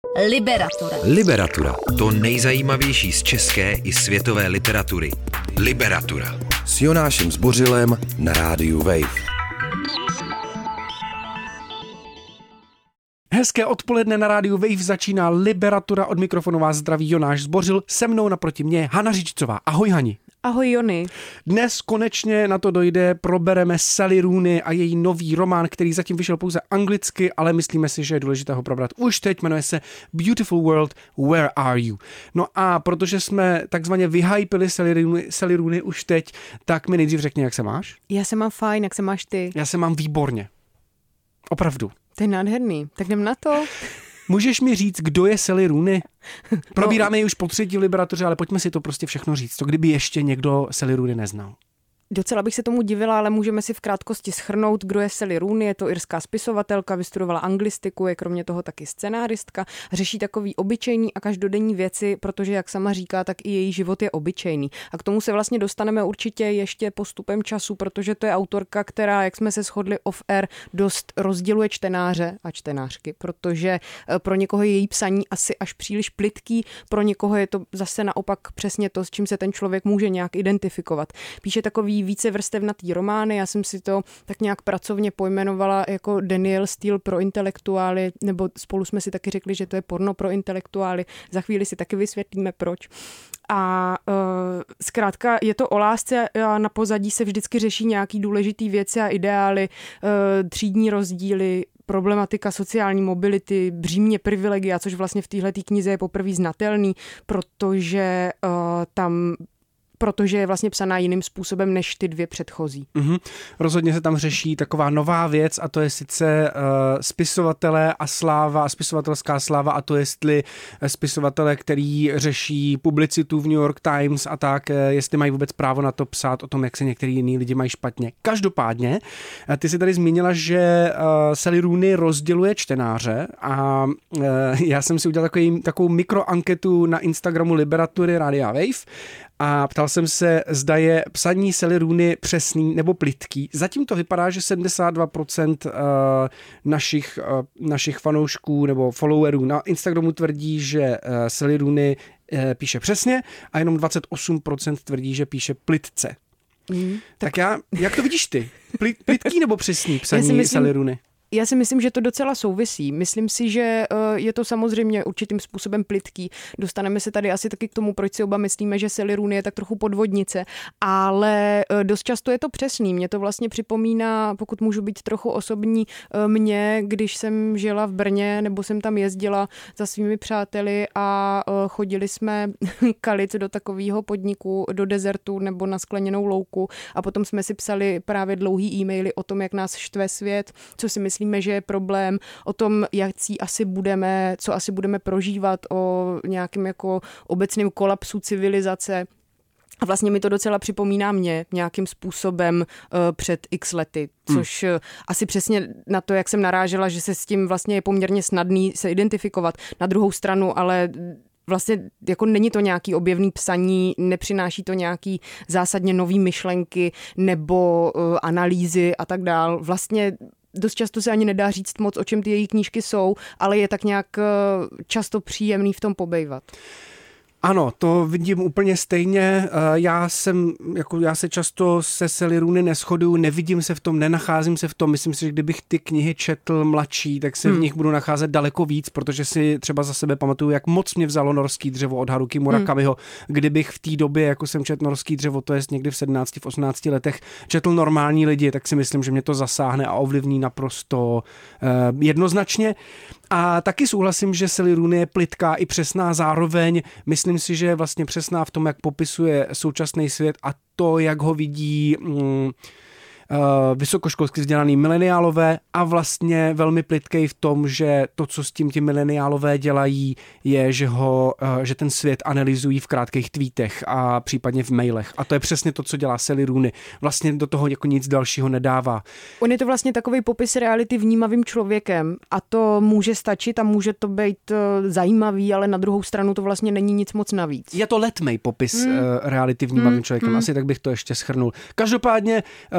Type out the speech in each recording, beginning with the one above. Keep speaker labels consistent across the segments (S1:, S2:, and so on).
S1: Liberatura.
S2: Liberatura. To nejzajímavější z české i světové literatury. Liberatura. S Jonášem Zbořilem na rádiu Wave.
S3: Hezké odpoledne na rádiu Wave začíná Liberatura, od mikrofonu vás zdraví Jonáš Zbořil, se mnou naproti mě Hana Řičicová. Ahoj Hani.
S4: Ahoj Jony.
S3: Dnes konečně na to dojde, probereme Sally Rooney a její nový román, který zatím vyšel pouze anglicky, ale myslíme si, že je důležité ho probrat už teď, jmenuje se Beautiful World, Where Are You? No a protože jsme takzvaně vyhypili Sally Rooney už teď, tak mi nejdřív řekni, jak se máš?
S4: Já se mám fajn, jak se máš ty?
S3: Já se mám výborně. Opravdu.
S4: To je nádherný, tak jdem na to.
S3: Můžeš mi říct, kdo je Sally Rooney? Probíráme ji už po třetí v Liberatuře, ale pojďme si to prostě všechno říct. To kdyby ještě někdo Sally Rooney neznal.
S4: Docela bych se tomu divila, ale můžeme si v krátkosti shrnout, kdo je Sally Rooney. Je to irská spisovatelka, vystudovala anglistiku, je kromě toho taky scenáristka, řeší takový obyčejný a každodenní věci, protože jak sama říká, tak i její život je obyčejný. A k tomu se vlastně dostaneme určitě ještě postupem času, protože to je autorka, která, jak jsme se shodli off-air, dost rozděluje čtenáře a čtenářky, protože pro někoho je její psaní asi až příliš plytký, pro někoho je to zase naopak přesně to, s čím se ten člověk může nějak identifikovat. Píše takový více vrstevnatý romány, já jsem si to tak nějak pracovně pojmenovala jako Danielle Steel pro intelektuály, nebo spolu jsme si taky řekli, že to je porno pro intelektuály, za chvíli si taky vysvětlíme proč. A zkrátka je to o lásce a na pozadí se vždycky řeší nějaký důležitý věci a ideály, třídní rozdíly, problematika sociální mobility, břímě privilegia, což vlastně v téhletý knize je poprvé znatelný, protože je vlastně psaná jiným způsobem než ty dvě předchozí.
S3: Rozhodně se tam řeší taková nová věc a to je sice spisovatelé a sláva, spisovatelská sláva a to jestli spisovatele, který řeší publicitu v New York Times a tak, jestli mají vůbec právo na to psát o tom, jak se některý jiný lidi mají špatně. Každopádně, ty jsi tady zmínila, že Sally Rooney rozděluje čtenáře a já jsem si udělal takovou mikroanketu na Instagramu Liberatury Rádia Wave a ptal jsem se, zda je psaní Sally Rooney přesný nebo plytký. Zatím to vypadá, že 72% našich fanoušků nebo followerů na Instagramu tvrdí, že Sally Rooney píše přesně a jenom 28% tvrdí, že píše plytce. Tak jak to vidíš ty? Plytký nebo přesný psaní Sally Rooney?
S4: Já si myslím, že to docela souvisí. Myslím si, že je to samozřejmě určitým způsobem plytký. Dostaneme se tady asi taky k tomu, proč si oba myslíme, že Sally Rooney je tak trochu podvodnice, ale dost často je to přesný. Mě to vlastně připomíná, pokud můžu být trochu osobní, mě, když jsem žila v Brně, nebo jsem tam jezdila za svými přáteli a chodili jsme kalit do takového podniku, do dezertu nebo na skleněnou louku a potom jsme si psali právě dlouhý e-maily o tom, jak nás štve svět, co si myslíme, že je problém, o tom, co asi budeme prožívat, o nějakém jako obecném kolapsu civilizace. A vlastně mi to docela připomíná mě nějakým způsobem před x lety, což asi přesně na to, jak jsem narážela, že se s tím vlastně je poměrně snadný se identifikovat. Na druhou stranu, ale vlastně jako není to nějaký objevný psaní, nepřináší to nějaký zásadně nový myšlenky nebo analýzy a tak dál. Vlastně dost často se ani nedá říct moc, o čem ty její knížky jsou, ale je tak nějak často příjemný v tom pobejvat.
S3: Ano, to vidím úplně stejně. Já se často se Sally Rooney neshoduju, nevidím se v tom, nenacházím se v tom. Myslím si, že kdybych ty knihy četl mladší, tak se v nich budu nacházet daleko víc, protože si třeba za sebe pamatuju, jak moc mě vzalo Norský dřevo od Haruki Murakamiho. Kdybych v té době, jako jsem četl Norský dřevo, to je někdy v 17, v 18 letech, četl normální lidi, tak si myslím, že mě to zasáhne a ovlivní naprosto jednoznačně. A taky souhlasím, že Sally Rooney je plytká i přesná zároveň. Myslím si, že je vlastně přesná v tom, jak popisuje současný svět a to, jak ho vidí vysokoškolsky vzdělaný mileniálové a vlastně velmi plytkej v tom, že to, co s tím ti mileniálové dělají, je, že ten svět analyzují v krátkých tweetech a případně v mailech. A to je přesně to, co dělá Sally Rooney. Vlastně do toho jako nic dalšího nedává.
S4: On je to vlastně takový popis reality vnímavým člověkem a to může stačit a může to být zajímavý, ale na druhou stranu to vlastně není nic moc navíc.
S3: Je to letmej popis reality vnímavým člověkem. Asi tak bych to ještě shrnul. Každopádně, co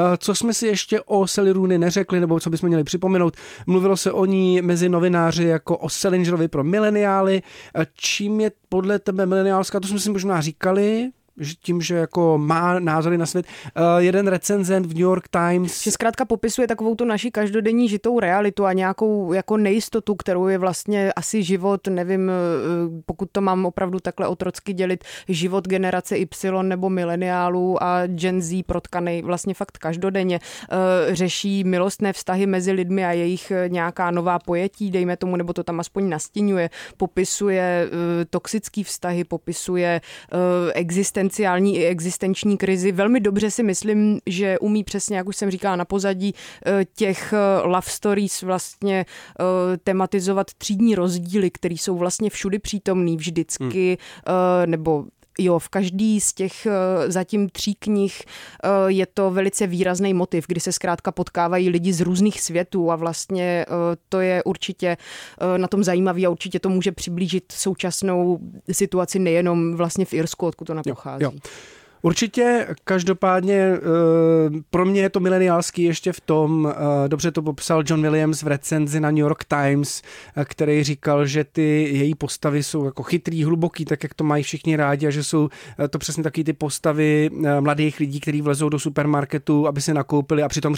S3: jsme si ještě o Sally Rooney neřekli, nebo co bychom měli připomenout. Mluvilo se o ní mezi novináři jako o Salingerovi pro mileniály. Čím je podle tebe mileniálská, to jsme si možná říkali, že tím, že jako má názory na svět. Jeden recenzent v New York Times...
S4: Že zkrátka popisuje takovou tu naši každodenní žitou realitu a nějakou jako nejistotu, kterou je vlastně asi život, nevím, pokud to mám opravdu takhle otrocky dělit, život generace Y nebo mileniálů a Gen Z protkanej vlastně fakt každodenně. Řeší milostné vztahy mezi lidmi a jejich nějaká nová pojetí, dejme tomu, nebo to tam aspoň nastěňuje. Popisuje toxický vztahy, popisuje existenciální i existenční krizi. Velmi dobře si myslím, že umí přesně, jak už jsem říkala, na pozadí těch love stories vlastně tematizovat třídní rozdíly, které jsou vlastně všudy přítomný vždycky, nebo jo, v každý z těch zatím 3 knih je to velice výrazný motiv, kdy se zkrátka potkávají lidi z různých světů a vlastně to je určitě na tom zajímavý a určitě to může přiblížit současnou situaci nejenom vlastně v Irsku, odkud to pochází.
S3: Jo. Určitě, každopádně pro mě je to mileniálský ještě v tom, dobře to popsal John Williams v recenzi na New York Times, který říkal, že ty její postavy jsou jako chytrý, hluboký, tak jak to mají všichni rádi a že jsou to přesně taky ty postavy mladých lidí, kteří vlezou do supermarketu, aby si nakoupili a přitom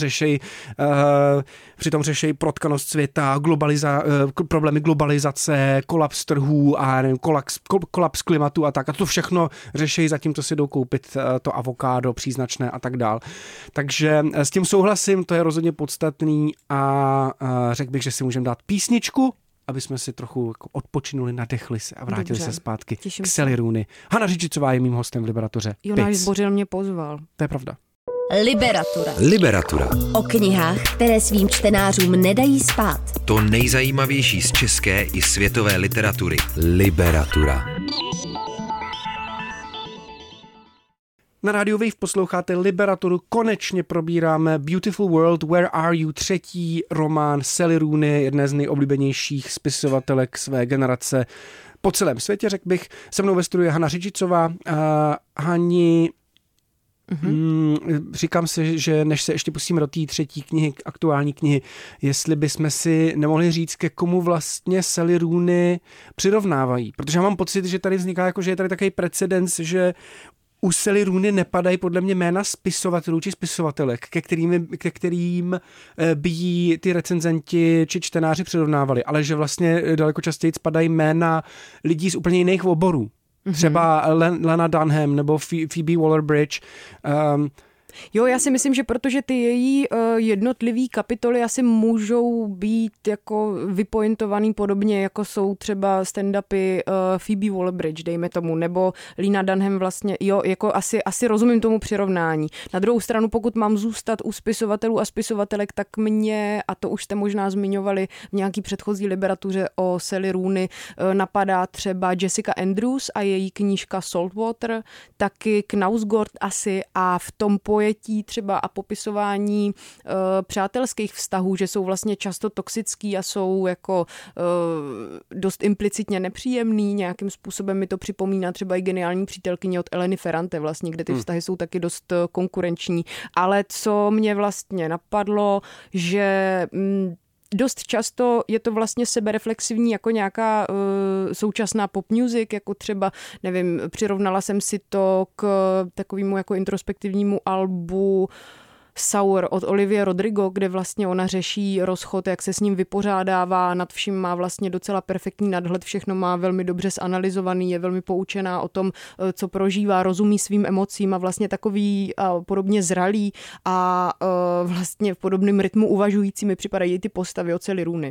S3: řeší protkanost světa, problémy globalizace, kolaps trhů a nevím, kolaps klimatu a tak. A to všechno řeší, zatímco si jdou koupit to avokádo příznačné a tak dál. Takže s tím souhlasím, to je rozhodně podstatný a řekl bych, že si můžeme dát písničku, aby jsme si trochu jako odpočinuli, nadechli se a vrátili se zpátky k Sally Rooney. Hana Řičicová je mým hostem v Liberatuře.
S4: Jonáš Zbořil mě pozval.
S3: To je pravda.
S2: Liberatura.
S1: O knihách, které svým čtenářům nedají spát.
S2: To nejzajímavější z české i světové literatury. Liberatura.
S3: Na rádiu Wave posloucháte Liberaturu, konečně probíráme Beautiful World, Where Are You, 3. román Sally Rooney, jedné z nejoblíbenějších spisovatelek své generace po celém světě, řekl bych. Se mnou ve studiu je Hana Řičicová. Hani, říkám si, že než se ještě pustíme do té 3. knihy, aktuální knihy, jestli bychom si nemohli říct, ke komu vlastně Sally Rooney přirovnávají. Protože já mám pocit, že tady vzniká, jako, že je tady takový precedens, že u Sally Rooney nepadají podle mě jména spisovatelů či spisovatelek, ke kterým by jí ty recenzenti či čtenáři přirovnávali, ale že vlastně daleko častěji spadají jména lidí z úplně jiných oborů. Třeba Lena Dunham nebo Phoebe Waller-Bridge.
S4: Jo, já si myslím, že protože ty její jednotlivý kapitoly asi můžou být jako vypointovaný podobně, jako jsou třeba stand-upy Phoebe Waller-Bridge, dejme tomu, nebo Lena Dunham vlastně, jo, jako asi rozumím tomu přirovnání. Na druhou stranu, pokud mám zůstat u spisovatelů a spisovatelek, tak mě, a to už jste možná zmiňovali v nějaký předchozí liberatuře o Sally Rooney, napadá třeba Jessica Andrews a její knížka Saltwater, taky Knausgård asi a v tom pojetí třeba a popisování přátelských vztahů, že jsou vlastně často toxický a jsou jako dost implicitně nepříjemný, nějakým způsobem mi to připomíná třeba i Geniální přítelkyně od Eleny Ferrante vlastně, kde ty vztahy jsou taky dost konkurenční, ale co mě vlastně napadlo, že dost často je to vlastně sebereflexivní jako nějaká současná pop music, jako třeba, nevím, přirovnala jsem si to k takovému jako introspektivnímu albu Sour od Olivie Rodrigo, kde vlastně ona řeší rozchod, jak se s ním vypořádává, nad vším má vlastně docela perfektní nadhled, všechno má velmi dobře zanalyzovaný, je velmi poučená o tom, co prožívá, rozumí svým emocím a vlastně takový podobně zralý a vlastně v podobném rytmu uvažující mi připadají ty postavy od Sally Rooney.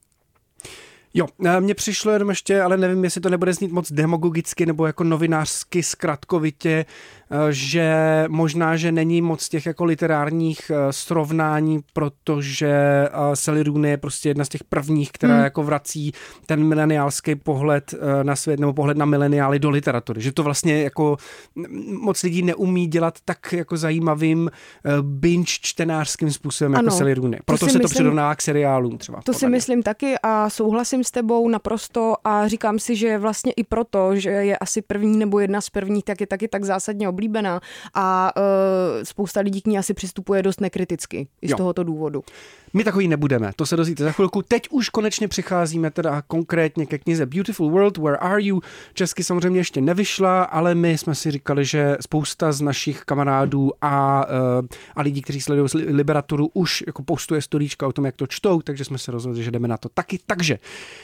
S3: Jo, mně přišlo jenom ještě, ale nevím, jestli to nebude znít moc demagogicky nebo jako novinářsky zkratkovitě, že možná, že není moc těch jako literárních srovnání, protože Sally Rooney je prostě jedna z těch prvních, která jako vrací ten mileniálský pohled na svět nebo pohled na mileniály do literatury. Že to vlastně jako moc lidí neumí dělat tak jako zajímavým binge čtenářským způsobem jako Sally Rooney. Proto se to přirovná k seriálům třeba.
S4: To si myslím taky a souhlasím souhlasím s tebou naprosto a říkám si, že vlastně i proto, že je asi první nebo jedna z prvních, tak je taky tak zásadně oblíbená a spousta lidí k ní asi přistupuje dost nekriticky i z tohoto důvodu.
S3: My takový nebudeme, to se dozvíte za chvilku. Teď už konečně přicházíme teda konkrétně ke knize Beautiful World, Where Are You? Česky samozřejmě ještě nevyšla, ale my jsme si říkali, že spousta z našich kamarádů a lidí, kteří sledují Liberaturu, už jako postuje storíčka o tom, jak to čtou, takže jsme se rozhodli, že jdeme na to taky. Takže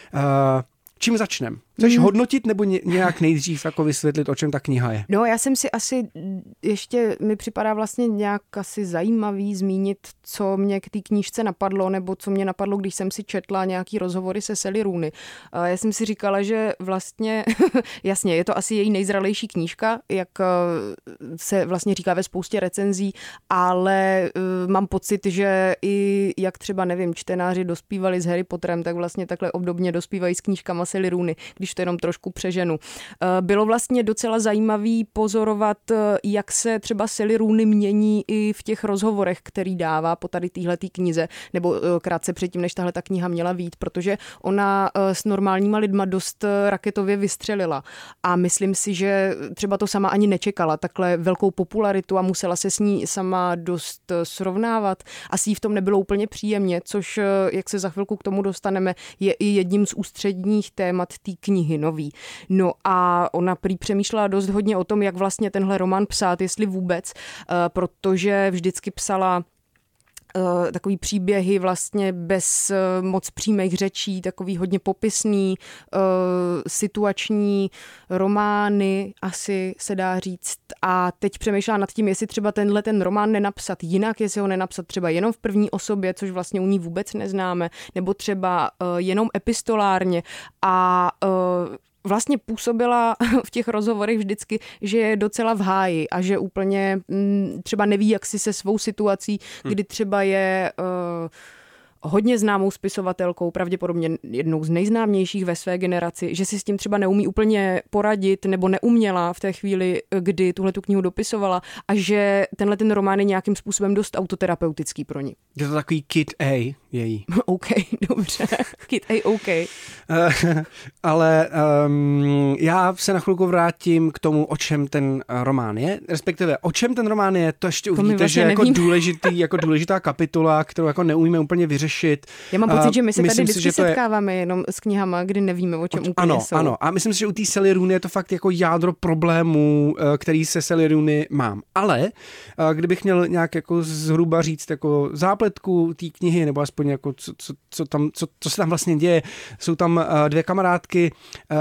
S3: čím začneme? Chceš hodnotit nebo nějak nejdřív jako vysvětlit, o čem ta kniha je?
S4: No, já jsem si asi ještě, mi připadá vlastně nějak asi zajímavý zmínit, co mě k té knížce napadlo, nebo co mě napadlo, když jsem si četla nějaký rozhovory se Sally Rooney. Já jsem si říkala, že vlastně, jasně, je to asi její nejzralejší knížka, jak se vlastně říká ve spoustě recenzí, ale mám pocit, že i jak třeba, nevím, čtenáři dospívali s Harry Potterem, tak vlastně takhle obdobně dospívají s knížkama Sally Rooney, když to jenom trošku přeženu. Bylo vlastně docela zajímavý pozorovat, jak se třeba Sally Rooney mění i v těch rozhovorech, který dává po tady téhletý knize, nebo krátce předtím, než tahle ta kniha měla vyjít, protože ona s normálníma lidma dost raketově vystřelila. A myslím si, že třeba to sama ani nečekala, takhle velkou popularitu a musela se s ní sama dost srovnávat. Asi jí v tom nebylo úplně příjemně, což, jak se za chvilku k tomu dostaneme, je i jedním z ústředních témat té knihy nový. No a ona prý přemýšlela dost hodně o tom, jak vlastně tenhle román psát, jestli vůbec, protože vždycky psala takový příběhy vlastně bez moc přímých řečí, takový hodně popisný, situační romány, asi se dá říct. A teď přemýšlela nad tím, jestli třeba tenhle ten román nenapsat jinak, jestli ho nenapsat třeba jenom v první osobě, což vlastně u ní vůbec neznáme, nebo třeba jenom epistolárně. A vlastně působila v těch rozhovorech vždycky, že je docela v háji a že úplně třeba neví, jak si se svou situací, kdy třeba je hodně známou spisovatelkou, pravděpodobně jednou z nejznámějších ve své generaci, že si s tím třeba neumí úplně poradit nebo neuměla v té chvíli, kdy tuhletu knihu dopisovala a že tenhle ten román je nějakým způsobem dost autoterapeutický pro ní.
S3: Je to takový Kit A její.
S4: OK, dobře. Kit A, OK.
S3: Ale já se na chvilku vrátím k tomu, o čem ten román je, respektive o čem ten román je, to ještě uvidíte, vlastně že jako důležitá kapitola, kterou jako neumíme úplně vyřešit.
S4: Já mám pocit, že my se tady vždycky setkáváme jenom s knihama, kdy nevíme, o čem úplně jsou.
S3: Ano, a myslím si, že u té Sally Rooney je to fakt jako jádro problémů, který se Sally Rooney mám. Ale kdybych měl nějak jako zhruba říct jako zápletku té knihy, nebo aspoň jako co se tam vlastně děje, jsou tam dvě kamarádky,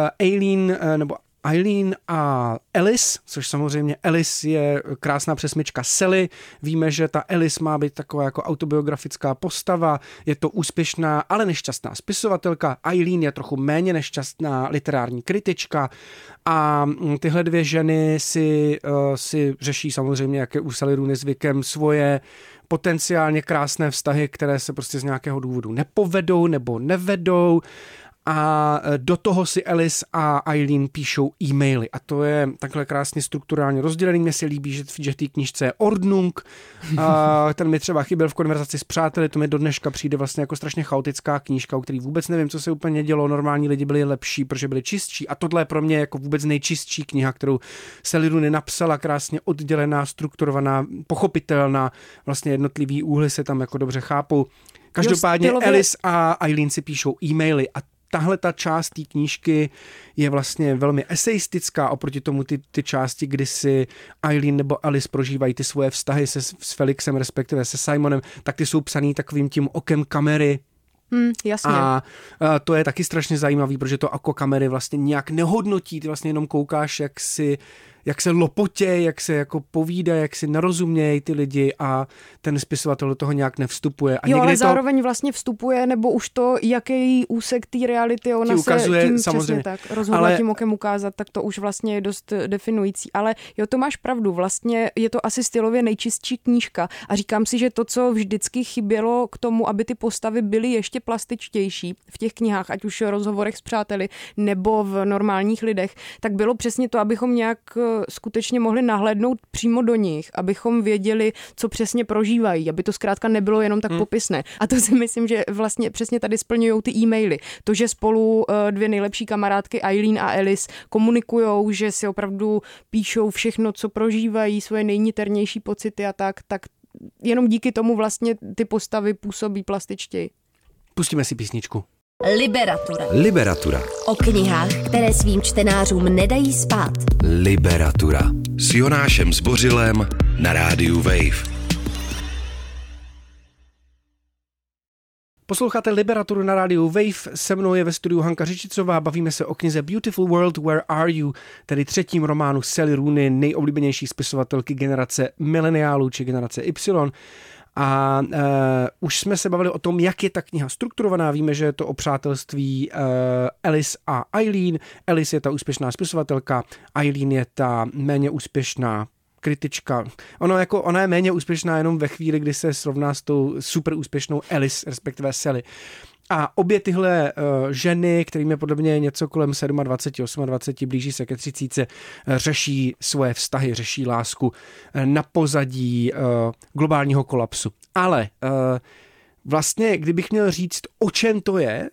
S3: Eileen a Alice, což samozřejmě Alice je krásná přesmička Sally. Víme, že ta Alice má být taková jako autobiografická postava, je to úspěšná, ale nešťastná spisovatelka. Eileen je trochu méně nešťastná literární kritička a tyhle dvě ženy si řeší samozřejmě, jak je u Sally Rooney zvykem, svoje potenciálně krásné vztahy, které se prostě z nějakého důvodu nepovedou nebo nevedou. A do toho si Alice a Eileen píšou e-maily. A to je takhle krásně strukturálně rozdělený. Mně se líbí, že v té knížce je Ordnung. Ten mi třeba chyběl v konverzaci s přáteli. To mi do dneška přijde vlastně jako strašně chaotická knížka, o který vůbec nevím, co se úplně dělo. Normální lidi byli lepší, protože byli čistší. A tohle je pro mě jako vůbec nejčistší kniha, kterou Sally Rooney napsala, krásně oddělená, strukturovaná, pochopitelná. Vlastně jednotlivý úhly se tam jako dobře chápou. Každopádně Alice a Eileen si píšou e-maily a tahle ta část té knížky je vlastně velmi eseistická oproti tomu ty části, kdy si Eileen nebo Alice prožívají ty svoje vztahy s Felixem, respektive se Simonem, tak ty jsou psaný takovým tím okem kamery.
S4: Jasně.
S3: A to je taky strašně zajímavý, protože to oko kamery vlastně nějak nehodnotí, ty vlastně jenom koukáš, jak se lopotěj, jak se jako povídá, jak si narozumějí ty lidi a ten spisovatel do toho nějak nevstupuje. A
S4: ale zároveň vlastně vstupuje, nebo už to, jaký úsek té reality ona
S3: ukazuje,
S4: se tím
S3: samozřejmě.
S4: přesně tak rozhodla tím okem ukázat, tak to už vlastně je dost definující. Ale jo, to máš pravdu, vlastně je to asi stylově nejčistší knížka a říkám si, že to, co vždycky chybělo k tomu, aby ty postavy byly ještě plastičtější v těch knihách, ať už v rozhovorech s přáteli nebo v normálních lidech, tak bylo přesně to, abychom nějak skutečně mohli nahlédnout přímo do nich, abychom věděli, co přesně prožívají, aby to zkrátka nebylo jenom tak popisné. A to si myslím, že vlastně přesně tady splňují ty e-maily. To, že spolu dvě nejlepší kamarádky Eileen a Alice komunikujou, že si opravdu píšou všechno, co prožívají, svoje nejniternější pocity a tak jenom díky tomu vlastně ty postavy působí plastičtěji.
S3: Pustíme si písničku.
S2: Liberatura.
S1: O knihách, které svým čtenářům nedají spát.
S2: Liberatura. S Jonášem Zbořilem na rádiu Wave.
S3: Posloucháte Liberaturu na rádiu Wave, se mnou je ve studiu Hanka Řičicová, bavíme se o knize Beautiful World, Where Are You, tedy třetím románu Sally Rooney, nejoblíbenější spisovatelky generace mileniálů či generace Y. A už jsme se bavili o tom, jak je ta kniha strukturovaná. Víme, že je to o přátelství Alice a Eileen. Alice je ta úspěšná spisovatelka, Eileen je ta méně úspěšná kritička. Ona je méně úspěšná jenom ve chvíli, kdy se srovná s tou super úspěšnou Alice, respektive Sally. A obě tyhle ženy, kterým je podobně něco kolem 27, 28, blíží se ke 30, řeší svoje vztahy, řeší lásku na pozadí globálního kolapsu. Ale vlastně, kdybych měl říct, o čem to je,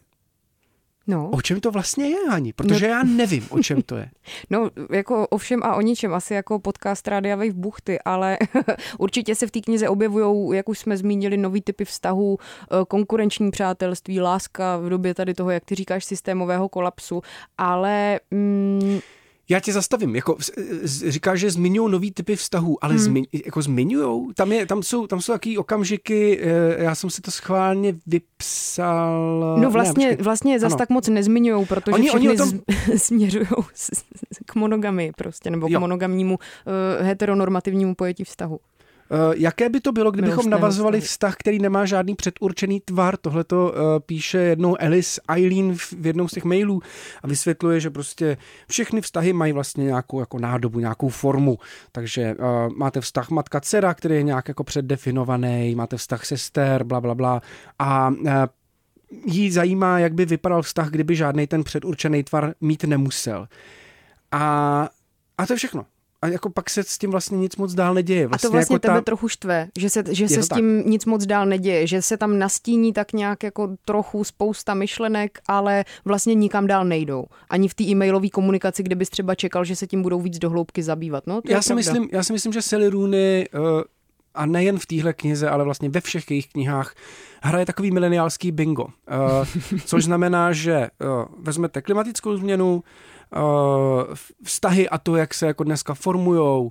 S3: o čem to vlastně je, Hani? Protože já nevím, o čem to je.
S4: No, jako o všem a o ničem, asi jako podcast Rádia Wave Buchty, ale určitě se v té knize objevujou, jak už jsme zmínili, nový typy vztahů, konkurenční přátelství, láska v době tady toho, jak ty říkáš, systémového kolapsu, ale...
S3: Já tě zastavím, jako říkáš, že zmiňují nový typy vztahů, ale zmiňujou? Tam jsou takový okamžiky, já jsem si to schválně vypsal...
S4: No vlastně zas tak moc nezmiňujou, protože oni směřujou k monogamii prostě, nebo k monogamnímu heteronormativnímu pojetí vztahu.
S3: Jaké by to bylo, kdybychom navazovali vztah, který nemá žádný předurčený tvar? Tohleto píše jednou Alice Eileen v jednou z těch mailů a vysvětluje, že prostě všechny vztahy mají vlastně nějakou jako nádobu, nějakou formu. Takže máte vztah matka-dcera, který je nějak jako předdefinovaný, máte vztah sester, blablabla a jí zajímá, jak by vypadal vztah, kdyby žádný ten předurčený tvar mít nemusel. A to je všechno. A jako pak se s tím vlastně nic moc dál neděje.
S4: Vlastně a to vlastně jako tebe trochu štve, že se s tím nic moc dál neděje, že se tam nastíní tak nějak jako trochu spousta myšlenek, ale vlastně nikam dál nejdou. Ani v té e-mailové komunikaci, kde bys třeba čekal, že se tím budou víc do hloubky zabývat. No,
S3: já si myslím, že Sally Rooney a nejen v téhle knize, ale vlastně ve všech jejich knihách hraje takový mileniálský bingo. Což znamená, že vezmete klimatickou změnu, vztahy a to, jak se jako dneska formujou,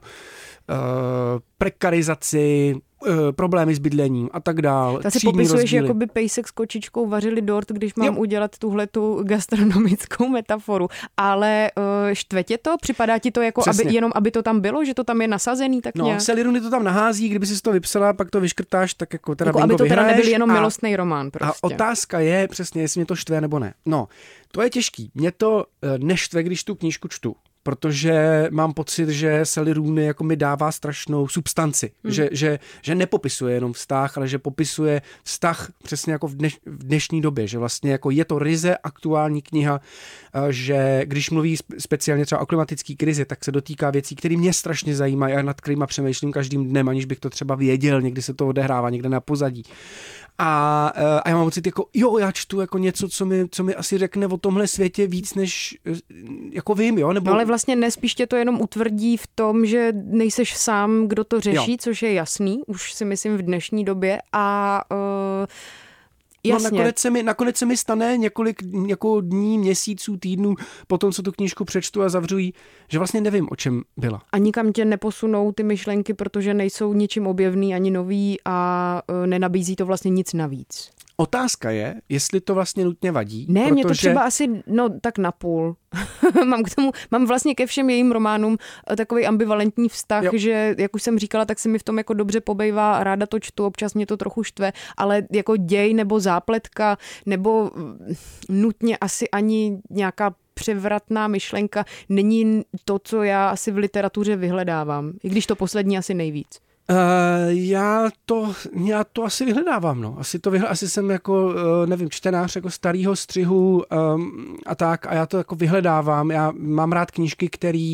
S3: prekarizaci, problémy s bydlením a tak dál.
S4: Ta si popisuješ, že jako by pejsek s kočičkou vařili dort, když mám udělat tuhletu gastronomickou metaforu. Ale štve tě to? Připadá ti to jako, aby to tam bylo, že to tam je nasazený tak nějak?
S3: No, Sally Rooney to tam nahází, kdyby si to vypsala, pak to vyškrtáš, tak jako teda
S4: jako, aby to teda nebyl jenom milostný román prostě.
S3: A otázka je přesně, jestli mě to štve nebo ne. No, to je těžký. Mě to neštve, když tu knížku čtu. Protože mám pocit, že Sally Rooney jako mi dává strašnou substanci. Že nepopisuje jenom vztah, ale že popisuje vztah přesně jako v dnešní době. Že vlastně jako je to ryze aktuální kniha, že když mluví speciálně třeba o klimatické krizi, tak se dotýká věcí, které mě strašně zajímají a nad kterýma přemýšlím každým dnem, aniž bych to třeba věděl. Někdy se to odehrává někde na pozadí. A já mám pocit, jako já čtu jako něco, co mi asi řekne o tomhle světě víc, než jako vím, jo? Nebo...
S4: No ale vlastně nespíš tě to jenom utvrdí v tom, že nejseš sám, kdo to řeší, což je jasný, už si myslím v dnešní době a... Jasně.
S3: No, nakonec se mi stane několik dní, měsíců, týdnů po tom, co tu knížku přečtu a zavřu jí, že vlastně nevím, o čem byla.
S4: A nikam tě neposunou ty myšlenky, protože nejsou ničím objevný ani nový a nenabízí to vlastně nic navíc.
S3: Otázka je, jestli to vlastně nutně vadí.
S4: Ne, mě to třeba asi, tak napůl. mám vlastně ke všem jejím románům takový ambivalentní vztah, že, jak už jsem říkala, tak se mi v tom jako dobře pobejvá, ráda to čtu, občas mě to trochu štve, ale jako děj nebo zápletka, nebo nutně asi ani nějaká převratná myšlenka není to, co já asi v literatuře vyhledávám, i když to poslední asi nejvíc.
S3: Já to asi vyhledávám, no. Asi jsem jako, nevím, čtenář jako starýho střihu a tak a já to jako vyhledávám. Já mám rád knížky,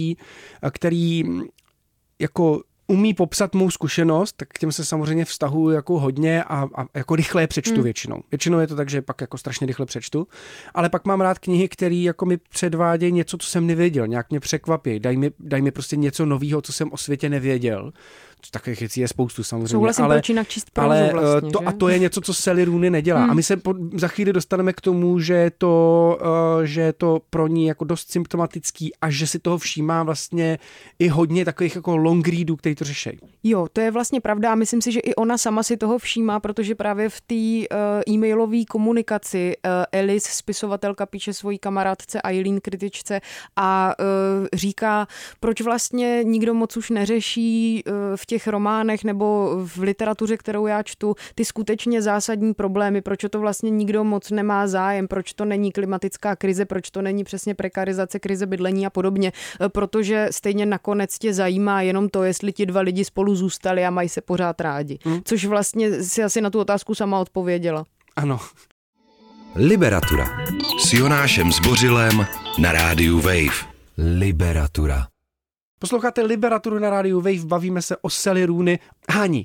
S3: který jako umí popsat mou zkušenost, tak k těm se samozřejmě vztahuji jako hodně a jako rychle přečtu většinou. Většinou je to tak, že pak jako strašně rychle přečtu, ale pak mám rád knihy, které jako mi předvádějí něco, co jsem nevěděl, nějak mě překvapí, dají mi prostě něco nového, co jsem o světě nevěděl. Takových věcí je spoustu samozřejmě.
S4: Souhlasím, proč jinak číst prózu vlastně,
S3: a to je něco, co Sally Rooney nedělá. A my se za chvíli dostaneme k tomu, že je to pro ní jako dost symptomatický a že si toho všímá vlastně i hodně takových jako long readů, který to řeší.
S4: Jo, to je vlastně pravda a myslím si, že i ona sama si toho všímá, protože právě v té e-mailové komunikaci Alice, spisovatelka, píše svojí kamarádce Eileen, kritičce a říká, proč vlastně nikdo moc už neřeší v těch románech nebo v literatuře, kterou já čtu, ty skutečně zásadní problémy, proč to vlastně nikdo moc nemá zájem, proč to není klimatická krize, proč to není přesně prekarizace, krize bydlení a podobně, protože stejně nakonec tě zajímá jenom to, jestli ti dva lidi spolu zůstali a mají se pořád rádi. Což vlastně si asi na tu otázku sama odpověděla.
S3: Ano.
S2: Liberatura s Jonášem Zbořilem na rádiu Wave. Liberatura.
S3: Posloucháte Liberaturu na rádiu Wave, bavíme se o Sally Rooney. Hani,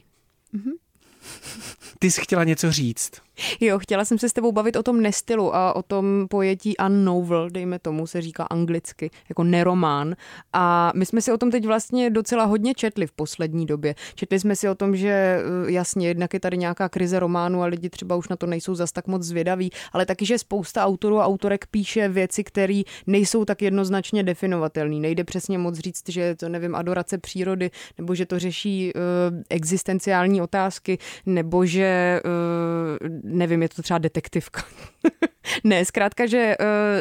S3: ty jsi chtěla něco říct.
S4: Jo, chtěla jsem se s tebou bavit o tom nestylu a o tom pojetí unnovel, dejme tomu, se říká anglicky, jako neromán. A my jsme si o tom teď vlastně docela hodně četli v poslední době. Četli jsme si o tom, že jasně, jednak je tady nějaká krize románu a lidi třeba už na to nejsou zas tak moc zvědaví, ale taky, že spousta autorů a autorek píše věci, které nejsou tak jednoznačně definovatelné. Nejde přesně moc říct, že je to, nevím, adorace přírody, nebo že to řeší existenciální otázky, nebo že nevím, je to třeba detektivka. Ne, zkrátka, že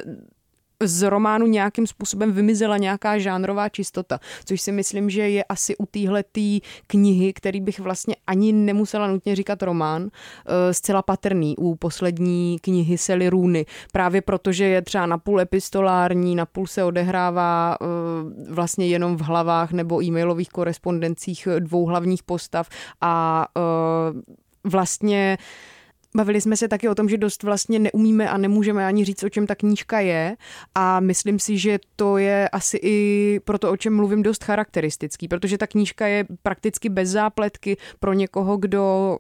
S4: z románu nějakým způsobem vymizela nějaká žánrová čistota, což si myslím, že je asi u téhletý knihy, který bych vlastně ani nemusela nutně říkat román, zcela patrný u poslední knihy Sally Rooney. Právě protože je třeba napůl epistolární, napůl se odehrává vlastně jenom v hlavách nebo e-mailových korespondencích dvou hlavních postav a vlastně bavili jsme se taky o tom, že dost vlastně neumíme a nemůžeme ani říct, o čem ta knížka je a myslím si, že to je asi i pro to, o čem mluvím, dost charakteristický, protože ta knížka je prakticky bez zápletky pro někoho, kdo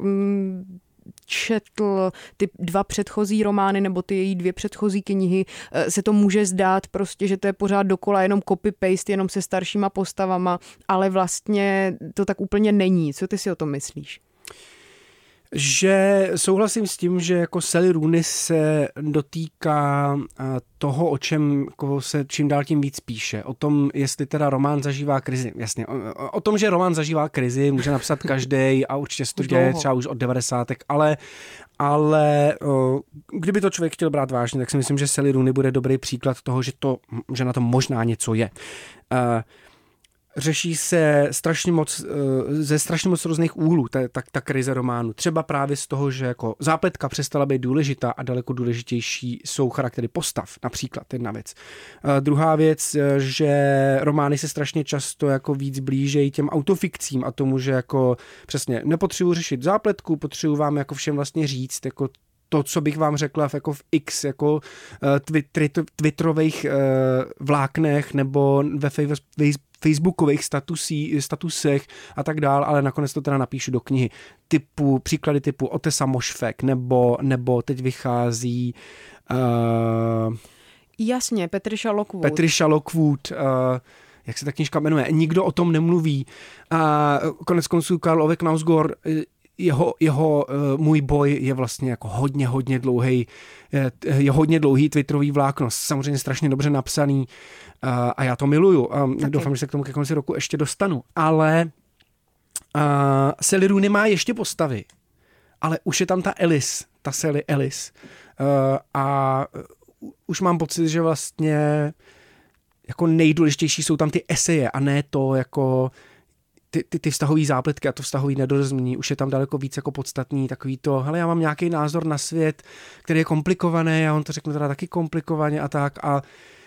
S4: četl ty dva předchozí romány nebo ty její dvě předchozí knihy, se to může zdát prostě, že to je pořád dokola jenom copy-paste, jenom se staršíma postavama, ale vlastně to tak úplně není. Co ty si o tom myslíš?
S3: Že souhlasím s tím, že jako Sally Rooney se dotýká toho, o čem jako se čím dál tím víc píše. O tom, jestli teda román zažívá krizi. Jasně, o tom, že román zažívá krizi, může napsat každej a určitě se to děje třeba už od 90. Ale kdyby to člověk chtěl brát vážně, tak si myslím, že Sally Rooney bude dobrý příklad toho, že na tom možná něco je. Řeší se ze strašně moc různých úhlů ta krize románu. Třeba právě z toho, že jako zápletka přestala být důležitá a daleko důležitější jsou charaktery postav, například jedna věc. Druhá věc, že romány se strašně často jako víc blížejí těm autofikcím a tomu, že jako přesně nepotřebuji řešit zápletku, potřebuji vám jako všem vlastně říct, jako to, co bych vám řekla jako v X, jako twitterových vláknech nebo ve facebookových statusech a tak dál, ale nakonec to teda napíšu do knihy. Příklady typu Otessa Mošfek, nebo teď vychází
S4: jasně,
S3: Patricia Lockwood, jak se ta knížka jmenuje, nikdo o tom nemluví. Konec konců Karl Ove Knausgård, jeho můj boj je vlastně jako hodně dlouhý, je hodně dlouhý twitterový vlákno, samozřejmě strašně dobře napsaný a já to miluju. Doufám, že se k tomu ke konci roku ještě dostanu. Ale Sally Rooney má ještě postavy, ale už je tam ta Sally Alice. A už mám pocit, že vlastně jako nejdůležitější jsou tam ty eseje a ne to jako ty vztahové zápletky a to vztahové nedorozumění. Už je tam daleko víc jako podstatný takový to, hele, já mám nějaký názor na svět, který je komplikovaný, já on to řeknu teda taky komplikovaně a tak a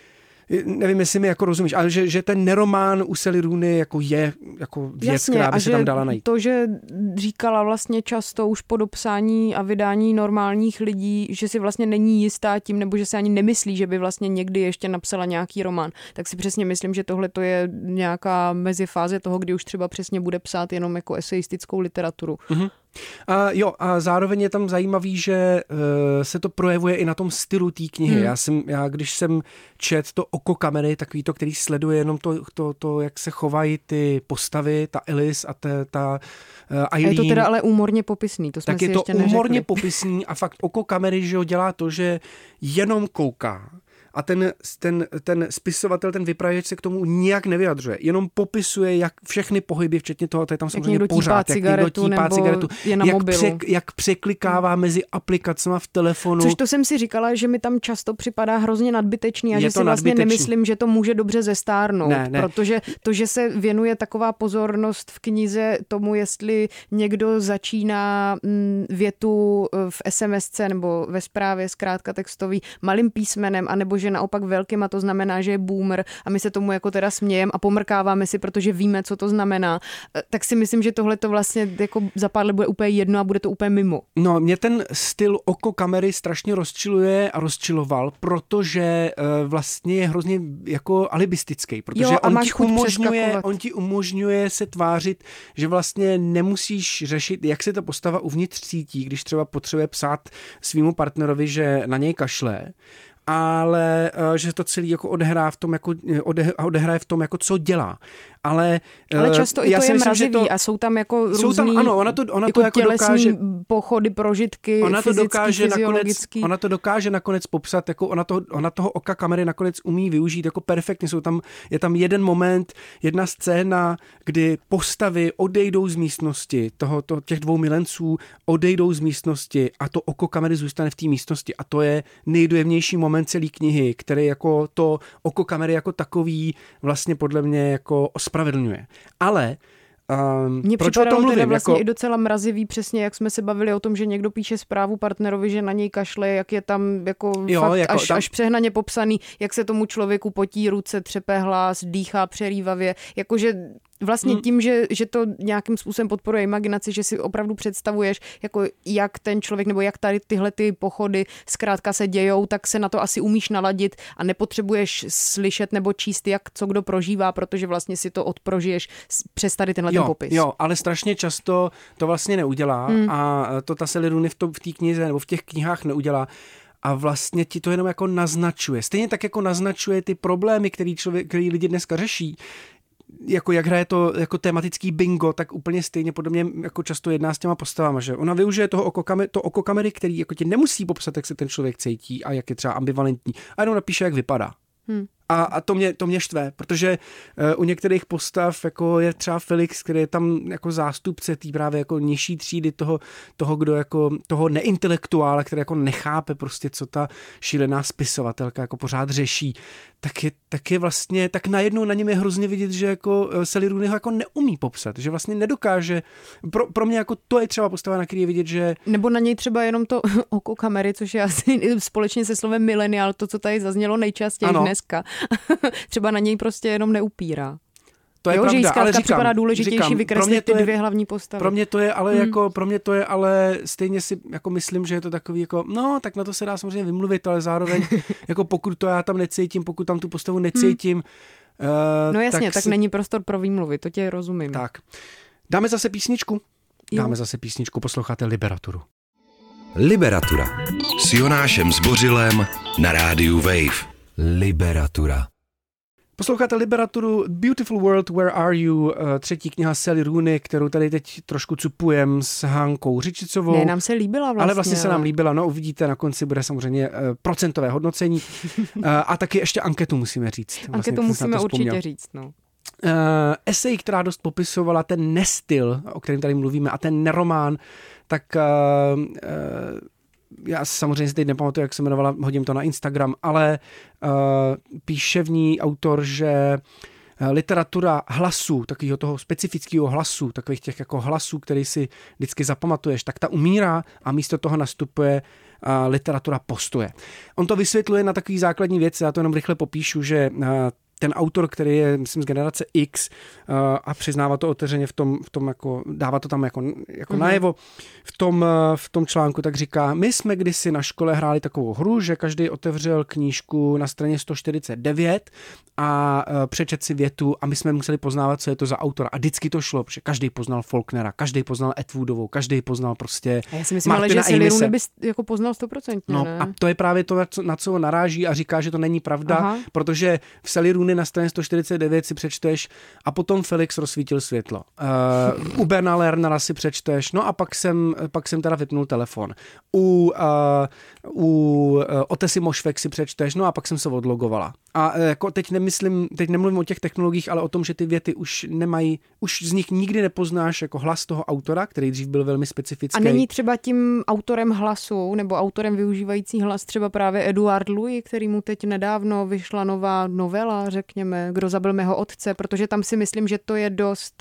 S3: nevím, jestli mi jako rozumíš, ale že ten neromán u Sally Rooney jako je jako věc, jasně, která by se tam dala najít.
S4: To, že říkala vlastně často už po dopsání a vydání Normálních lidí, že si vlastně není jistá tím, nebo že se ani nemyslí, že by vlastně někdy ještě napsala nějaký román, tak si přesně myslím, že tohle to je nějaká mezifáze toho, kdy už třeba přesně bude psát jenom jako eseistickou literaturu.
S3: Mm-hmm. A zároveň je tam zajímavý, že se to projevuje i na tom stylu té knihy. Já když jsem čet to oko kamery, takový to, který sleduje jenom to jak se chovají ty postavy, ta Alice a ta Eileen.
S4: A je to teda ale úmorně popisný, to jsme
S3: tak
S4: si ještě neřekli.
S3: Tak je to úmorně popisný a fakt oko kamery, že ho dělá to, že jenom kouká. A ten spisovatel, ten vypravěč se k tomu nijak nevyjadřuje. Jenom popisuje, jak všechny pohyby, včetně toho, to je tam samozřejmě pořád, jak někdo típá cigaretu, jak překlikává mezi aplikacemi v telefonu.
S4: Což to jsem si říkala, že mi tam často připadá hrozně nadbytečný a že si vlastně nemyslím, že to může dobře zestárnout. Ne. Protože to, že se věnuje taková pozornost v knize tomu, jestli někdo začíná větu v SMSce nebo ve zprávě zkrátka textový malým písmenem, anebo že naopak velkým, a to znamená, že je boomer a my se tomu jako teda smějeme a pomrkáváme si, protože víme, co to znamená, tak si myslím, že tohle to vlastně jako za pár let bude úplně jedno a bude to úplně mimo.
S3: No, mě ten styl oko kamery strašně rozčiluje a rozčiloval, protože vlastně je hrozně jako alibistický, protože on ti umožňuje se tvářit, že vlastně nemusíš řešit, jak se ta postava uvnitř cítí, když třeba potřebuje psát svýmu partnerovi, že na něj kašle, ale že to celý jako odehraje v tom, jako co dělá. Ale
S4: často i to je mrazivý a jsou tam jako různý
S3: ona
S4: to jako dokáže, pochody, prožitky, fyzický, fyziologický.
S3: Ona to dokáže nakonec popsat, jako ona toho oka kamery nakonec umí využít jako perfektně. Je tam jeden moment, jedna scéna, kdy postavy odejdou z místnosti, těch dvou milenců odejdou z místnosti a to oko kamery zůstane v té místnosti. A to je nejdojemnější moment celé knihy, který jako to oko kamery jako takový vlastně podle mě jako ospravedlňuje. Ale
S4: mně připadalo teda vlastně i docela mrazivý, přesně jak jsme se bavili o tom, že někdo píše zprávu partnerovi, že na něj kašle, jak je tam až přehnaně popsaný, jak se tomu člověku potí ruce, třepe hlas, dýchá přerývavě, jakože vlastně tím, že to nějakým způsobem podporuje imaginaci, že si opravdu představuješ, jako jak ten člověk nebo jak tady tyhle ty pochody zkrátka se dějou, tak se na to asi umíš naladit a nepotřebuješ slyšet nebo číst, jak co kdo prožívá, protože vlastně si to odprožiješ přes tady tenhle ten popis.
S3: Jo, ale strašně často to vlastně neudělá a to ta Sally Rooney v té knize nebo v těch knihách neudělá. A vlastně ti to jenom jako naznačuje. Stejně tak jako naznačuje ty problémy, který lidi dneska řeší. Jako jak hraje to jako tematický bingo, tak úplně stejně podobně jako často jedná s těma postavama, že ona využije to oko kamery, který jako ti nemusí popsat, jak se ten člověk cítí a jak je třeba ambivalentní, a jenom napíše, jak vypadá. A to mě štve, protože u některých postav jako je třeba Felix, který je tam jako zástupce té právě jako nižší třídy toho, kdo jako toho neintelektuála, který jako nechápe prostě, co ta šílená spisovatelka jako pořád řeší, tak je vlastně, tak najednou na něm je hrozně vidět, že jako Sally Rooney ho jako neumí popsat, že vlastně nedokáže, pro mě jako to je třeba postava, na který je vidět, že...
S4: Nebo na něj třeba jenom to oko kamery, což je asi společně se slovem mileniál, to, co tady zaznělo nejčastěji dneska. Třeba na něj prostě jenom neupírá.
S3: To je pravda, ale
S4: připadá důležitější vykreslit ty dvě hlavní postavy.
S3: Pro mě to je ale stejně si jako myslím, že je to takový jako no, tak na to se dá samozřejmě vymluvit, ale zároveň jako pokud to já tam necítím, pokud tam tu postavu necítím.
S4: No jasně, tak není prostor pro výmluvy, to tě rozumím.
S3: Tak. Dáme zase písničku? Dáme zase písničku, posloucháte Liberaturu.
S2: Liberatura s Jonášem Zbořilem na rádiu Wave. Liberatura.
S3: Posloucháte Liberaturu, Beautiful World, Where Are You, třetí kniha Sally Rooney, kterou tady teď trošku cupujem s Hankou Řičicovou.
S4: Ne, nám se líbila vlastně.
S3: Ale vlastně se nám líbila, no uvidíte, na konci bude samozřejmě procentové hodnocení a taky ještě anketu musíme říct.
S4: Anketu musíme určitě říct, no.
S3: Esej, která dost popisovala ten nestyl, o kterém tady mluvíme, a ten neromán, tak... já samozřejmě si teď nepamatuju, jak se jmenovala, hodím to na Instagram, ale píše v ní autor, že literatura hlasu, takového toho specifického hlasu, takových těch jako hlasů, který si vždycky zapamatuješ, tak ta umírá a místo toho nastupuje literatura postoje. On to vysvětluje na takový základní věci, já to jenom rychle popíšu, že ten autor, který je, myslím, z generace X a přiznává to otevřeně v tom jako, dává to tam jako najevo, v tom článku, tak říká, my jsme kdysi na škole hráli takovou hru, že každý otevřel knížku na straně 149 a přečet si větu a my jsme museli poznávat, co je to za autora. A vždycky to šlo, protože každý poznal Faulknera, každý poznal Atwoodovou, každý poznal prostě
S4: já si myslím, ale že Sally Rooney bys jako poznal 100%.
S3: No
S4: ne?
S3: a to je právě to, na co on naráží a říká, že to není pravda, protože v Sally Rooney na straně 149 si přečteš a potom Felix rozsvítil světlo. U Berna Lernera si přečteš, no a pak jsem teda vypnul telefon. U Otesy Mošvek si přečteš, no a pak jsem se odlogovala. A jako teď nemluvím o těch technologiích, ale o tom, že ty věty už z nich nikdy nepoznáš jako hlas toho autora, který dřív byl velmi specifický.
S4: A není třeba tím autorem hlasu nebo autorem využívající hlas třeba právě Eduard Louis, který mu teď nedávno vyšla nová novela, řekněme, Kdo zabil mého otce, protože tam si myslím, že to je dost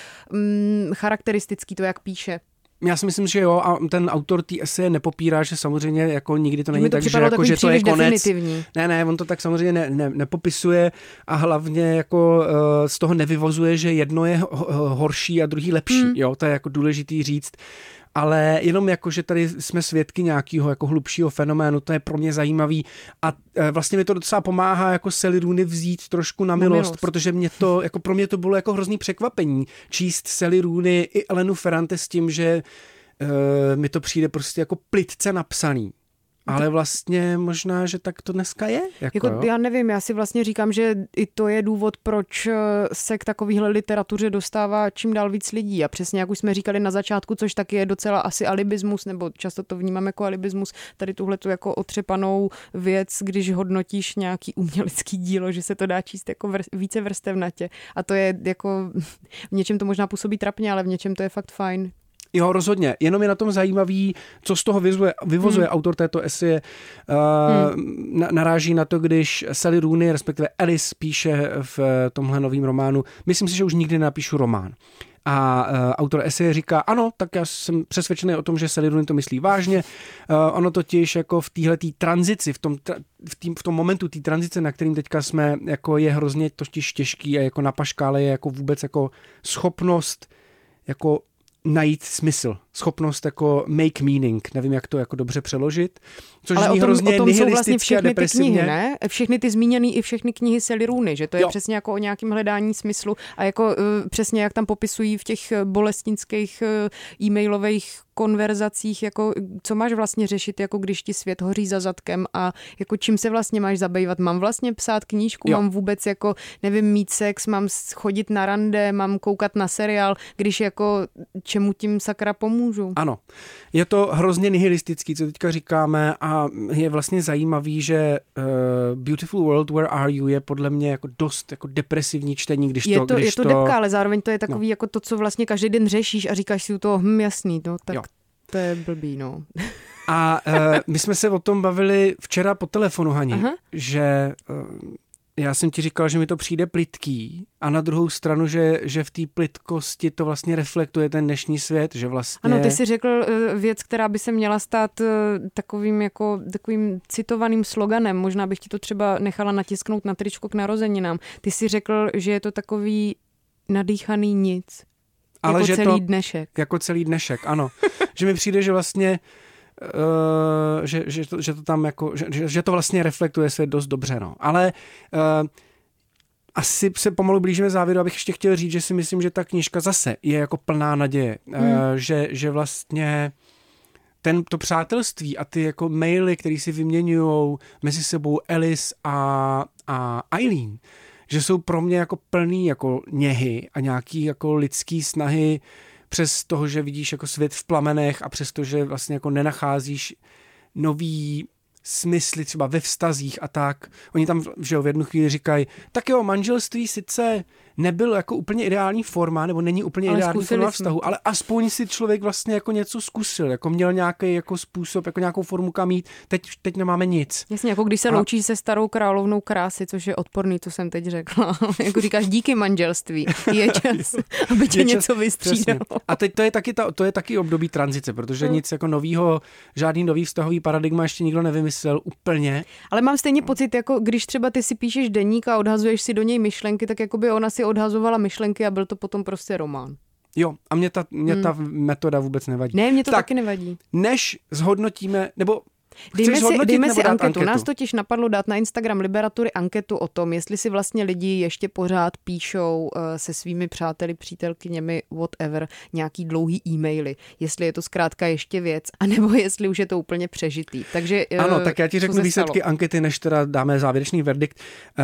S4: charakteristický to, jak píše.
S3: Já si myslím, že jo, a ten autor té eseje nepopírá, že samozřejmě jako nikdy to není tak, že, jako, že to je konec. Ne, on to tak samozřejmě nepopisuje a hlavně jako z toho nevyvozuje, že jedno je horší a druhý lepší. Jo, to je jako důležitý říct. Ale jenom jako, že tady jsme svědky nějakého jako hlubšího fenoménu, to je pro mě zajímavý a vlastně mi to docela pomáhá jako Sally Rooney vzít trošku na milost, protože mě to, jako pro mě to bylo jako hrozný překvapení číst Sally Rooney i Elenu Ferrante s tím, že mi to přijde prostě jako plytce napsaný. Ale vlastně možná, že tak to dneska je.
S4: Já nevím, já si vlastně říkám, že i to je důvod, proč se k takovéhle literatuře dostává čím dál víc lidí. A přesně jak už jsme říkali na začátku, což taky je docela asi alibismus, nebo často to vnímáme jako alibismus, tady tuhletu jako otřepanou věc, když hodnotíš nějaký umělecký dílo, že se to dá číst jako více vrstevnatě. A to je jako, v něčem to možná působí trapně, ale v něčem to je fakt fajn.
S3: Jo, rozhodně. Jenom je na tom zajímavý, co z toho vyvozuje autor této eseje. Naráží na to, když Sally Rooney, respektive Alice, píše v tomhle novém románu, myslím si, že už nikdy nenapíšu román. A autor eseje říká, ano, tak já jsem přesvědčený o tom, že Sally Rooney to myslí vážně. Ono totiž jako v téhletý tranzici, v tom momentu té tranzice, na kterým teďka jsme, jako je hrozně totiž těžký a jako na paškále je jako vůbec jako schopnost jako najít smysl, schopnost jako make meaning, nevím, jak to jako dobře přeložit, což zní hrozně nihilisticky a depresivně.
S4: Ty knihy, ne? Všechny ty zmíněný i všechny knihy Sally Rooney, že to je přesně jako o nějakém hledání smyslu a jako přesně jak tam popisují v těch bolestnických e-mailových konverzacích, jako co máš vlastně řešit, jako když ti svět hoří za zadkem a jako čím se vlastně máš zabývat. Mám vlastně psát knížku, mám vůbec jako, nevím, mít sex, mám chodit na rande, mám koukat na seriál, když jako čemu tím sakra pomůžu.
S3: Ano, je to hrozně nihilistický, co teďka říkáme a je vlastně zajímavý, že Beautiful World, Where Are You je podle mě jako dost jako depresivní čtení, když
S4: je to depka, ale zároveň to je takový jako to, co vlastně každý den řešíš a říkáš si u toho, jasný, no tak to je blbý, no.
S3: A my jsme se o tom bavili včera po telefonu, Hani, že já jsem ti říkal, že mi to přijde plytký a na druhou stranu, že v té plytkosti to vlastně reflektuje ten dnešní svět, že vlastně...
S4: Ano, ty jsi řekl věc, která by se měla stát takovým citovaným sloganem, možná bych ti to třeba nechala natisknout na tričko k narozeninám. Ty jsi řekl, že je to takový nadýchaný nic. Ale jako celý dnešek.
S3: Jako celý dnešek, ano. Že mi přijde, že vlastně že to tam jako, že to vlastně reflektuje svět dost dobře, no. Ale asi se pomalu blížíme závěru, abych ještě chtěl říct, že si myslím, že ta knížka zase je jako plná naděje. Že vlastně to přátelství a ty jako maily, které si vyměňujou mezi sebou Alice a Eileen, že jsou pro mě jako plný jako něhy a nějaký jako lidský snahy přes toho, že vidíš jako svět v plamenech a přes to, že vlastně jako nenacházíš nový smysly třeba ve vztazích a tak. Oni tam že v jednu chvíli říkají, tak jo, manželství sice nebyl jako úplně ideální forma, nebo není úplně ideální forma vztahu, ale aspoň si člověk vlastně jako něco zkusil, jako měl nějaký jako způsob, jako nějakou formu kam jít, teď nemáme nic.
S4: Jasně, jako když se loučí se starou královnou krásy, což je odporný, co jsem teď řekla. Jako říkáš, díky manželství, je čas, aby tě něco vystřídalo.
S3: A teď to je taky období tranzice, protože nic jako novýho, žádný nový vztahový paradigma ještě nikdo nevymyslel úplně. Ale
S4: mám stejně pocit, jako když třeba ty si píšeš deník a odhazuješ si do něj myšlenky, tak jako by ona si odhazovala myšlenky a byl to potom prostě román.
S3: Jo, a mě ta metoda vůbec nevadí.
S4: Ne, mě to taky nevadí.
S3: Než zhodnotíme, nebo
S4: Dejme si anketu. Nás totiž napadlo dát na Instagram Liberatury anketu o tom, jestli si vlastně lidi ještě pořád píšou se svými přáteli, přítelkyněmi, whatever, nějaký dlouhý e-maily. Jestli je to zkrátka ještě věc, anebo jestli už je to úplně přežitý. Takže,
S3: ano, tak já ti řeknu výsledky ankety, než teda dáme závěrečný verdikt.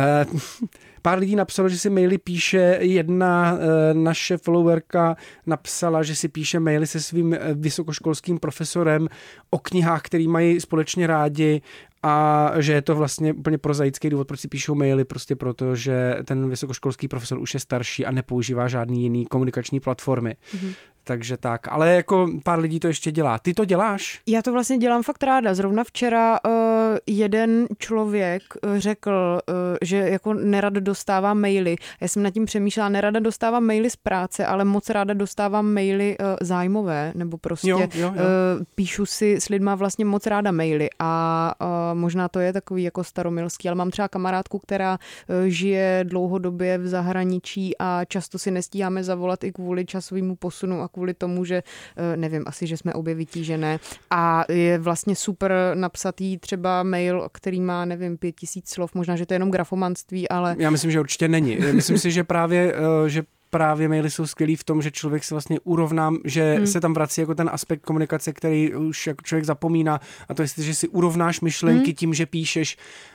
S3: Pár lidí napsalo, že si maily píše, jedna naše followerka napsala, že si píše maily se svým vysokoškolským profesorem o knihách, který mají společně rádi a že je to vlastně úplně prozaický důvod, proč si píšou maily, prostě proto, že ten vysokoškolský profesor už je starší a nepoužívá žádný jiný komunikační platformy. Mm-hmm. Takže tak, ale jako pár lidí to ještě dělá. Ty to děláš?
S4: Já to vlastně dělám fakt ráda. Zrovna včera jeden člověk řekl, že jako nerad dostává maily. Já jsem nad tím přemýšlela, nerada dostávám maily z práce, ale moc ráda dostávám maily zájmové, nebo prostě jo. Píšu si s lidma vlastně moc ráda maily a možná to je takový jako staromilský, ale mám třeba kamarádku, která žije dlouhodobě v zahraničí a často si nestíháme zavolat i kvůli časovému posunu a kvůli tomu, že nevím, asi, že jsme obě vytížené a je vlastně super napsat jí třeba mail, který má, nevím, 5000 slov, možná, že to je jenom grafomanství, ale...
S3: Já myslím, že určitě není. Myslím si, že právě maily jsou skvělý v tom, že člověk se vlastně urovná, že se tam vrací jako ten aspekt komunikace, který už jako člověk zapomíná a to je, že si urovnáš myšlenky tím, že píšeš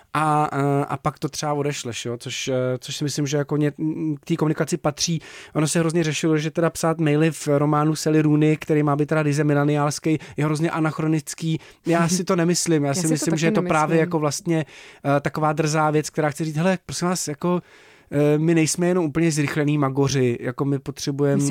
S3: a pak to třeba odešleš, jo? Což si myslím, že jako k té komunikaci patří. Ono se hrozně řešilo, že teda psát maily v románu Sally Rooney, který má být teda ryze mileniálský, je hrozně anachronický. Já si to nemyslím. Já si myslím, že je to právě jako vlastně taková drzá věc, která chce říct, hele, prosím vás, jako my nejsme jenom úplně zrychlený magoři, jako my potřebujeme,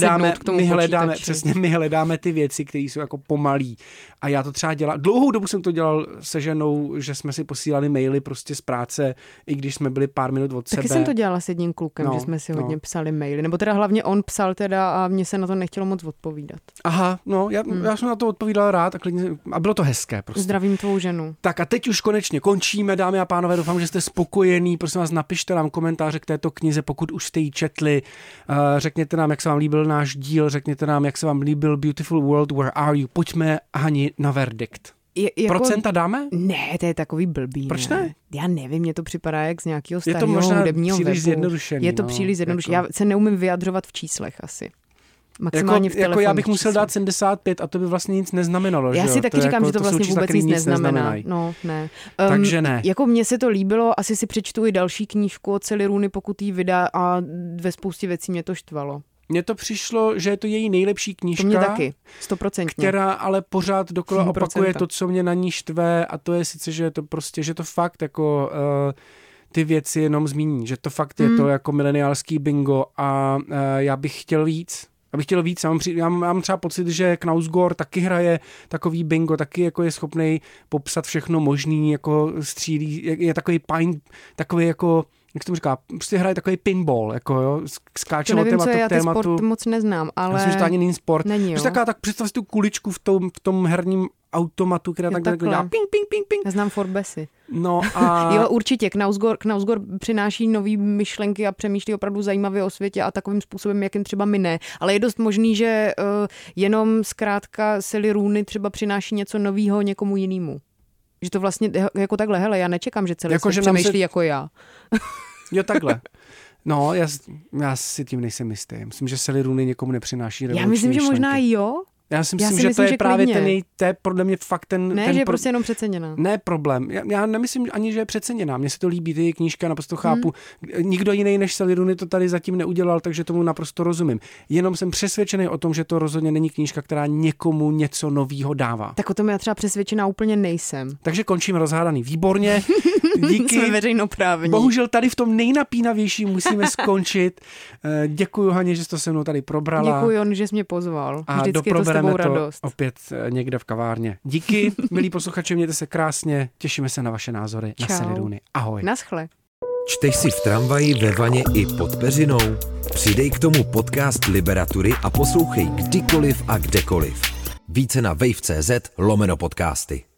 S3: my hledáme ty věci, které jsou jako pomalý. A já to třeba dlouhou dobu jsem to dělal se ženou, že jsme si posílali maily prostě z práce, i když jsme byli pár minut od sebe.
S4: Taky jsem to dělala s jedním klukem, že jsme si hodně psali maily, nebo teda hlavně on psal teda a mně se na to nechtělo moc odpovídat.
S3: Aha, no, já jsem na to odpovídal rád a bylo to hezké prostě.
S4: Zdravím tvou ženu.
S3: Tak a teď už konečně končíme, dámy a pánové, doufám, že jste spokojení, prosím vás, napište nám komentáře k této knize, pokud už jste ji četli. Řekněte nám, jak se vám líbil náš díl, řekněte nám, jak se vám líbil Beautiful World, Where Are You? Pojďme, Hani, na verdikt. Procenta dáme?
S4: Ne, to je takový blbý.
S3: Proč ne?
S4: Já nevím, mně to připadá jak z nějakého starého hudebního webu. Je to příliš zjednodušený. Já se neumím vyjadřovat v číslech asi. Maximálně v telefonu.
S3: Jako já bych musel dát 75 a to by vlastně nic neznamenalo.
S4: Já si taky říkám, že to vlastně vůbec nic neznamená. No, ne.
S3: Takže ne.
S4: Jako mně se to líbilo, asi si přečtu i další knížku od Sally Rooney, pokud jí vydá a ve spoustě věcí mě to štvalo.
S3: Mně to přišlo, že je to její nejlepší knížka.
S4: To mě taky, 100%.
S3: Která ale pořád dokola opakuje to, co mě na ní štve a to je sice, že to prostě, že to fakt jako... ty věci jenom zmíní, že to fakt je to jako mileniálský bingo a já bych chtěl víc. Já mám třeba pocit, že Knausgård taky hraje takový bingo, taky jako je schopnej popsat všechno možný, jako střílí, je takový jako, jak se tomu říká, prostě hraje takový pinball, jako jo, skáče od tématu k tématu.
S4: Sport moc neznám, ale...
S3: Myslím, že to ani není sport.
S4: Není, jo.
S3: Tak představ si tu kuličku v tom herním automatu, která tak dělá ping, ping, ping, ping.
S4: Já znám Forbesy.
S3: No a...
S4: Jo, určitě. Knausgård přináší nový myšlenky a přemýšlí opravdu zajímavě o světě a takovým způsobem, jakým třeba my ne. Ale je dost možný, že jenom zkrátka Sally Rooney třeba přináší něco novýho někomu jinému. Že to vlastně jako takhle, hele, já nečekám, že celý svět přemýšlí jako já.
S3: Jo, takhle. No, já si tím nejsem jistý. Myslím, že Sally Rooney někomu nepřináší revoluční
S4: Já myslím, že možná
S3: myšlenky.
S4: jo.
S3: Já si myslím, že to je právě to je podle mě fakt ten...
S4: Ne, že je prostě jenom přeceněná.
S3: Ne problém. Já nemyslím ani, že je přeceněná. Mně se to líbí, ty knížka naprosto chápu. Nikdo jiný než Sally Rooney to tady zatím neudělal, takže tomu naprosto rozumím. Jenom jsem přesvědčený o tom, že to rozhodně není knížka, která někomu něco novýho dává.
S4: Tak o tom já třeba přesvědčená úplně nejsem.
S3: Takže končím rozhádaný. Výborně. Díky.
S4: Jsme veřejnoprávní.
S3: Bohužel tady v tom nejnapínavějším musíme skončit. Děkuju, Haně, že jsi to se mnou tady probrala.
S4: Děkuju, Jon, že jsi mě pozval.
S3: A
S4: vždycky je to s tebou radost.
S3: Opět někde v kavárně. Díky, milí posluchači, mějte se krásně. Těšíme se na vaše názory.
S4: Čau.
S3: Na Sally Rooney. Ahoj.
S4: Naschle.
S2: Čteš si v tramvaji, ve vaně i pod peřinou? Přidej k tomu podcast Liberatury a poslouchej kdykoliv a kdekoliv. Více na wave.cz/podcasty.